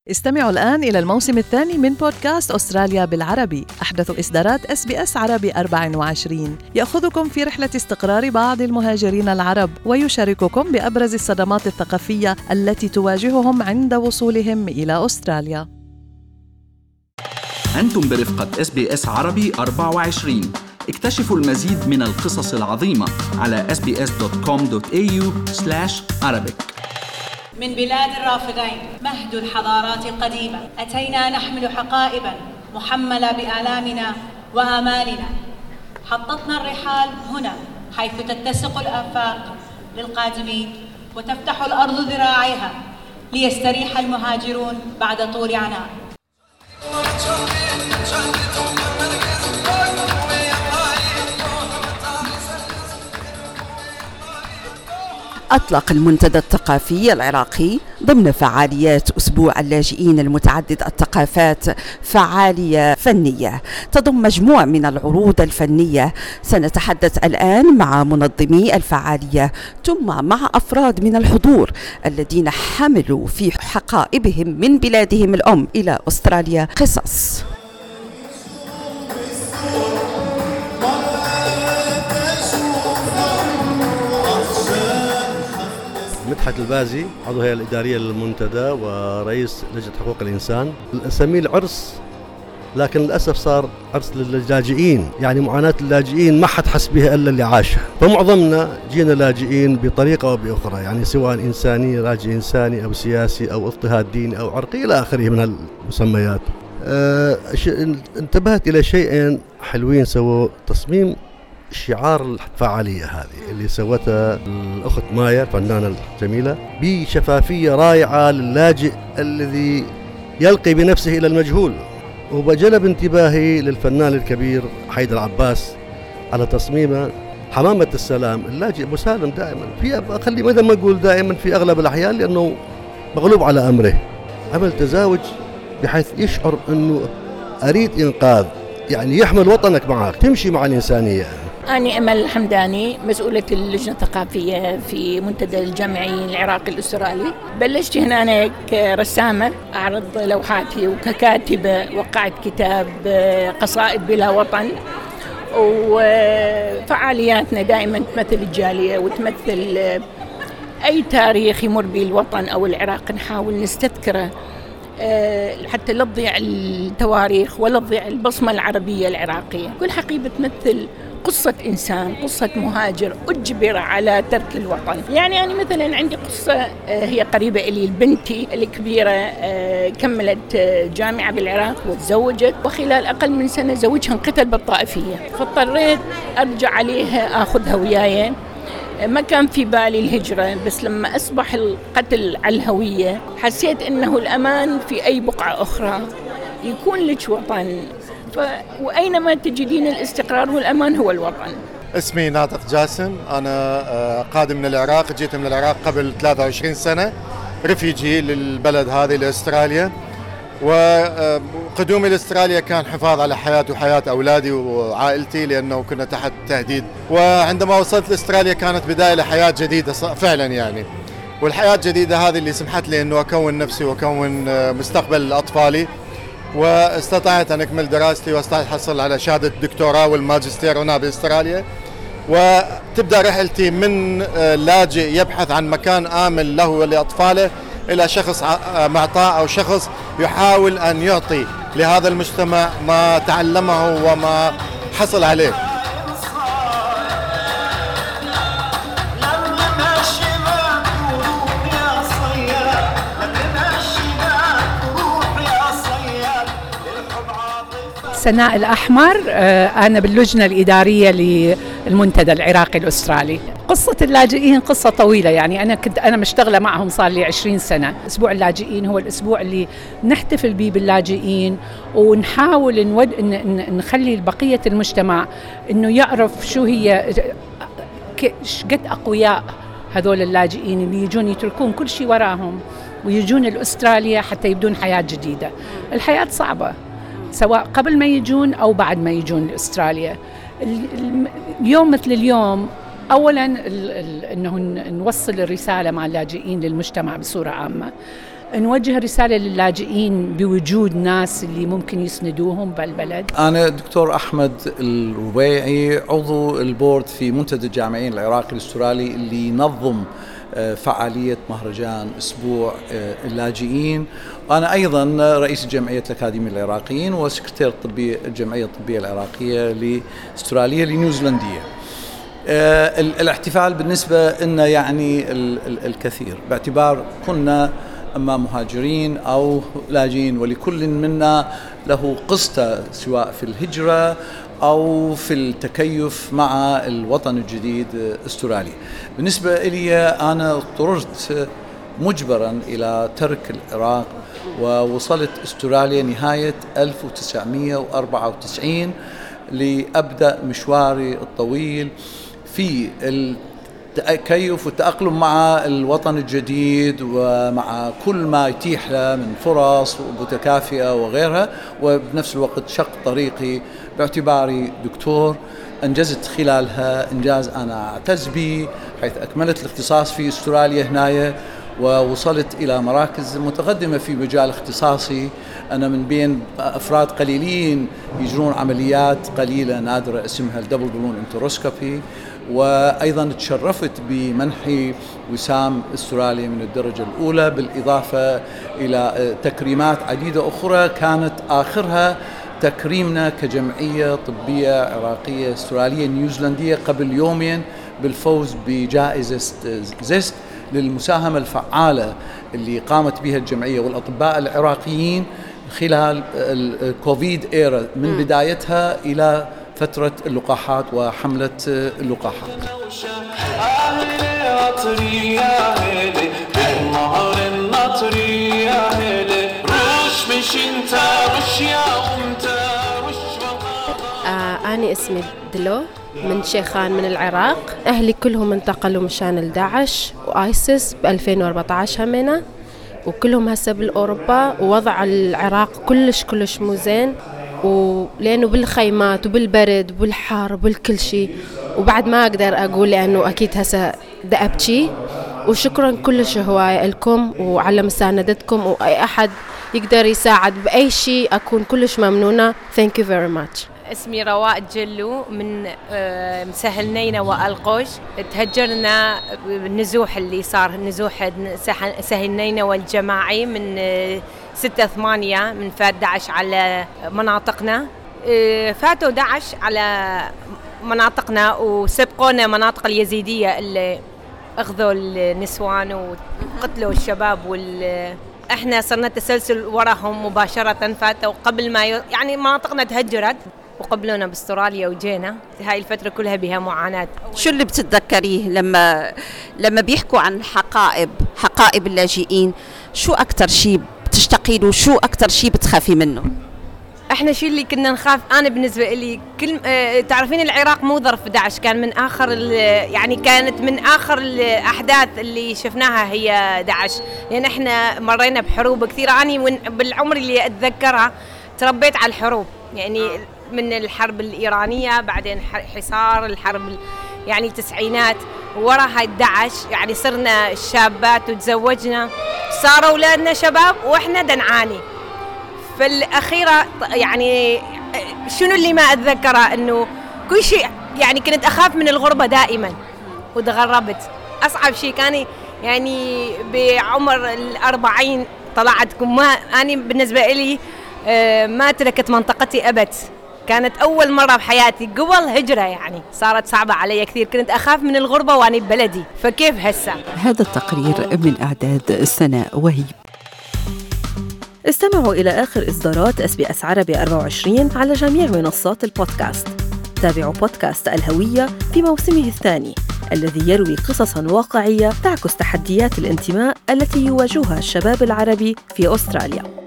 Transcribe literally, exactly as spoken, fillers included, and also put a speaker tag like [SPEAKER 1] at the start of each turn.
[SPEAKER 1] استمعوا الآن إلى الموسم الثاني من بودكاست أستراليا بالعربي، أحدث إصدارات إس بي إس عربي أربعة وعشرين، يأخذكم في رحلة استقرار بعض المهاجرين العرب ويشارككم بأبرز الصدمات الثقافية التي تواجههم عند وصولهم إلى أستراليا.
[SPEAKER 2] أنتم برفقة إس بي إس عربي أربعة وعشرين. اكتشفوا المزيد من القصص العظيمة على إس بي إس دوت كوم دوت إيه يو سلاش عربيك.
[SPEAKER 3] من بلاد الرافدين مهد الحضارات القديمة أتينا نحمل حقائبا محملة بآلامنا وآمالنا. حطتنا الرحال هنا حيث تتسق الآفاق للقادمين وتفتح الأرض ذراعيها ليستريح المهاجرون بعد طول عناء.
[SPEAKER 4] أطلق المنتدى الثقافي العراقي ضمن فعاليات أسبوع اللاجئين المتعدد الثقافات فعالية فنية تضم مجموعة من العروض الفنية. سنتحدث الآن مع منظمي الفعالية ثم مع أفراد من الحضور الذين حملوا في حقائبهم من بلادهم الأم إلى أستراليا قصص.
[SPEAKER 5] مدحت البازي، عضو الهيئة الإدارية للمنتدى ورئيس لجنة حقوق الإنسان. نسميه العرس، لكن للأسف صار عرس للاجئين، يعني معاناة اللاجئين ما حد حس بها إلا اللي عاشها. فمعظمنا جينا لاجئين بطريقة أو بأخرى، يعني سواء إنساني، لاجئ إنساني أو سياسي أو اضطهاد ديني أو عرقي إلى آخره من المسميات. أه انتبهت إلى شيئين حلوين سووا تصميم شعار الفعالية هذه اللي سوتها الأخت مايا الفنانة الجميلة بشفافية رائعة للاجئ الذي يلقي بنفسه إلى المجهول. وبجلب انتباهي للفنان الكبير حيدر عباس على تصميمه حمامة السلام. اللاجئ مسالم دائما في أخلي ماذا ما أقول دائما في أغلب الأحيان لأنه مغلوب على أمره. عمل تزاوج بحيث يشعر أنه أريد إنقاذ، يعني يحمل وطنك معك، تمشي مع الإنسانية.
[SPEAKER 6] أنا أمل الحمداني، مسؤولة اللجنة الثقافية في منتدى الجامعيين العراقي الأسترالي. بلشت هنا كرسامة أعرض لوحاتي، وككاتبة وقعت كتاب قصائد بلا وطن. وفعالياتنا دائما تمثل الجالية وتمثل أي تاريخ يمر به الوطن أو العراق، نحاول نستذكره حتى لا تضيع التواريخ ولا تضيع البصمة العربية العراقية. كل حقيبة تمثل قصة إنسان، قصة مهاجر أجبر على ترك الوطن. يعني أنا مثلا عندي قصة هي قريبة إلي، بنتي الكبيرة كملت جامعة بالعراق وتزوجت، وخلال أقل من سنة زوجها انقتل بالطائفية، فاضطريت أرجع عليها أخذها وياي. ما كان في بالي الهجرة، بس لما أصبح القتل على الهوية حسيت أنه الأمان في أي بقعة أخرى، يكون لك وطن، ف... وأينما تجدين الاستقرار والأمان هو الوطن.
[SPEAKER 7] اسمي ناطق جاسم، أنا قادم من العراق، جيت من العراق قبل ثلاثة وعشرين سنة ريفيجي للبلد هذه لأستراليا. وقدومي لاستراليا كان حفاظ على حياتي وحياة أولادي وعائلتي لأنه كنا تحت تهديد. وعندما وصلت لاستراليا كانت بداية لحياة جديدة فعلا يعني، والحياة الجديدة هذه اللي سمحت لي أنه أكون نفسي وأكون مستقبل أطفالي. واستطعت أن أكمل دراستي واستطعت أحصل على شهادة الدكتوراه والماجستير هنا بأستراليا. وتبدأ رحلتي من لاجئ يبحث عن مكان آمن له ولأطفاله إلى شخص معطاء أو شخص يحاول أن يعطي لهذا المجتمع ما تعلمه وما حصل عليه.
[SPEAKER 8] سناء الأحمر، أنا باللجنة الإدارية للمنتدى العراقي الأسترالي. قصة اللاجئين قصة طويلة، يعني أنا كنت أنا مشتغلة معهم صار لي عشرين سنة. أسبوع اللاجئين هو الأسبوع اللي نحتفل به باللاجئين، ونحاول نود إن نخلي بقية المجتمع إنه يعرف شو هي قد أقوياء هذول اللاجئين اللي يجون يتركون كل شيء وراهم ويجون الأستراليا حتى يبدون حياة جديدة. الحياة صعبة سواء قبل ما يجون أو بعد ما يجون لأستراليا. اليوم مثل اليوم أولاً إنه نوصل الرسالة مع اللاجئين للمجتمع بصورة عامة، نوجه رسالة للاجئين بوجود ناس اللي ممكن يسندوهم بالبلد.
[SPEAKER 9] أنا دكتور أحمد الربيعي، عضو البورد في منتدى الجامعيين العراقي الأسترالي اللي ينظم فعالية مهرجان أسبوع اللاجئين، وأنا أيضا رئيس جمعية الأكاديميين العراقيين وسكرتير الطبي الجمعية الطبية العراقية الأسترالية لنيوزيلندية. الاحتفال بالنسبة لنا يعني الكثير، باعتبار كنا أما مهاجرين أو لاجئين، ولكل منا له قصته سواء في الهجرة أو في التكيف مع الوطن الجديد أستراليا. بالنسبة لي أنا اضطررت مجبرا إلى ترك العراق ووصلت أستراليا نهاية ألف وتسعمائة وأربعة وتسعين لأبدأ مشواري الطويل في التكيف والتأقلم مع الوطن الجديد ومع كل ما يتيح له من فرص متكافئة وغيرها، وبنفس الوقت شق طريقي باعتباري دكتور أنجزت خلالها إنجاز أنا أعتز به، حيث أكملت الاختصاص في أستراليا هنايا ووصلت إلى مراكز متقدمة في مجال اختصاصي. أنا من بين أفراد قليلين يجرون عمليات قليلة نادرة اسمها الدبل بلون انتروسكوبي، وأيضا تشرفت بمنحي وسام أستراليا من الدرجة الأولى، بالإضافة إلى تكريمات عديدة أخرى كانت آخرها تكريمنا كجمعية طبية عراقية أسترالية نيوزيلندية قبل يومين بالفوز بجائزة زيست للمساهمة الفعالة اللي قامت بها الجمعية والأطباء العراقيين خلال الكوفيد إيرا من بدايتها إلى فترة اللقاحات وحملة اللقاحات.
[SPEAKER 10] آه أنا اسمي دلو من شيخان من العراق. أهلي كلهم انتقلوا مشان الداعش وآيسيس ب ألفين وأربعة عشر همينة، وكلهم هسه بالأوروبا، ووضع العراق كلش كلش مو زين، ولأنه بالخيمات وبالبرد وبالحار وبالكل شيء، وبعد ما أقدر أقول لأنه أكيد هسه دا أبكي. وشكرا كلش هواية لكم وعلى مساندتكم، وأي أحد يقدر يساعد بأي شيء أكون كلش ممنونة. Thank you very much.
[SPEAKER 11] اسمي رواء جلو من مسهل نينة والقوش. تهجرنا بالنزوح اللي صار، نزوح سهل نينة والجماعي من ستة ثمانية، من فات داعش على مناطقنا. فاتوا داعش على مناطقنا وسبقونا مناطق اليزيدية اللي أخذوا النسوان وقتلوا الشباب، وال احنا صرنا تسلسل وراهم مباشرة. فاتوا قبل ما ي... يعني مناطقنا تهجرت وقبلونا باستراليا وجينا. هاي الفترة كلها بها معاناة.
[SPEAKER 4] شو اللي بتتذكريه لما لما بيحكوا عن حقائب حقائب اللاجئين؟ شو أكتر شيء بتشتقي له؟ شو أكتر شيء بتخافي منه؟
[SPEAKER 11] احنا شو اللي كنا نخاف، انا بالنسبه لي كل اه تعرفين العراق مو ظرف داعش، كان من اخر يعني كانت من اخر الاحداث اللي شفناها هي داعش، لان احنا مرينا بحروب كثيره. اني بالعمر اللي اتذكرها تربيت على الحروب، يعني من الحرب الايرانيه، بعدين حصار الحرب يعني التسعينات، وراها داعش. يعني صرنا شابات وتزوجنا، صاروا اولادنا شباب واحنا دنعاني. في الأخيرة يعني شنو اللي ما أتذكره، إنه كل شيء يعني كنت أخاف من الغربة دائما وتغربت. أصعب شيء كان يعني بعمر الأربعين طلعت، ما أنا بالنسبة لي ما تركت منطقتي أبد. كانت أول مرة بحياتي قبل هجرة، يعني صارت صعبة علي كثير، كنت أخاف من الغربة وأنا ببلدي، فكيف هسه؟
[SPEAKER 4] هذا التقرير من إعداد سناء وهيب.
[SPEAKER 12] استمعوا إلى آخر إصدارات إس بي إس عربي أربعة وعشرين على جميع منصات البودكاست. تابعوا بودكاست الهوية في موسمه الثاني الذي يروي قصصاً واقعية تعكس تحديات الانتماء التي يواجهها الشباب العربي في أستراليا.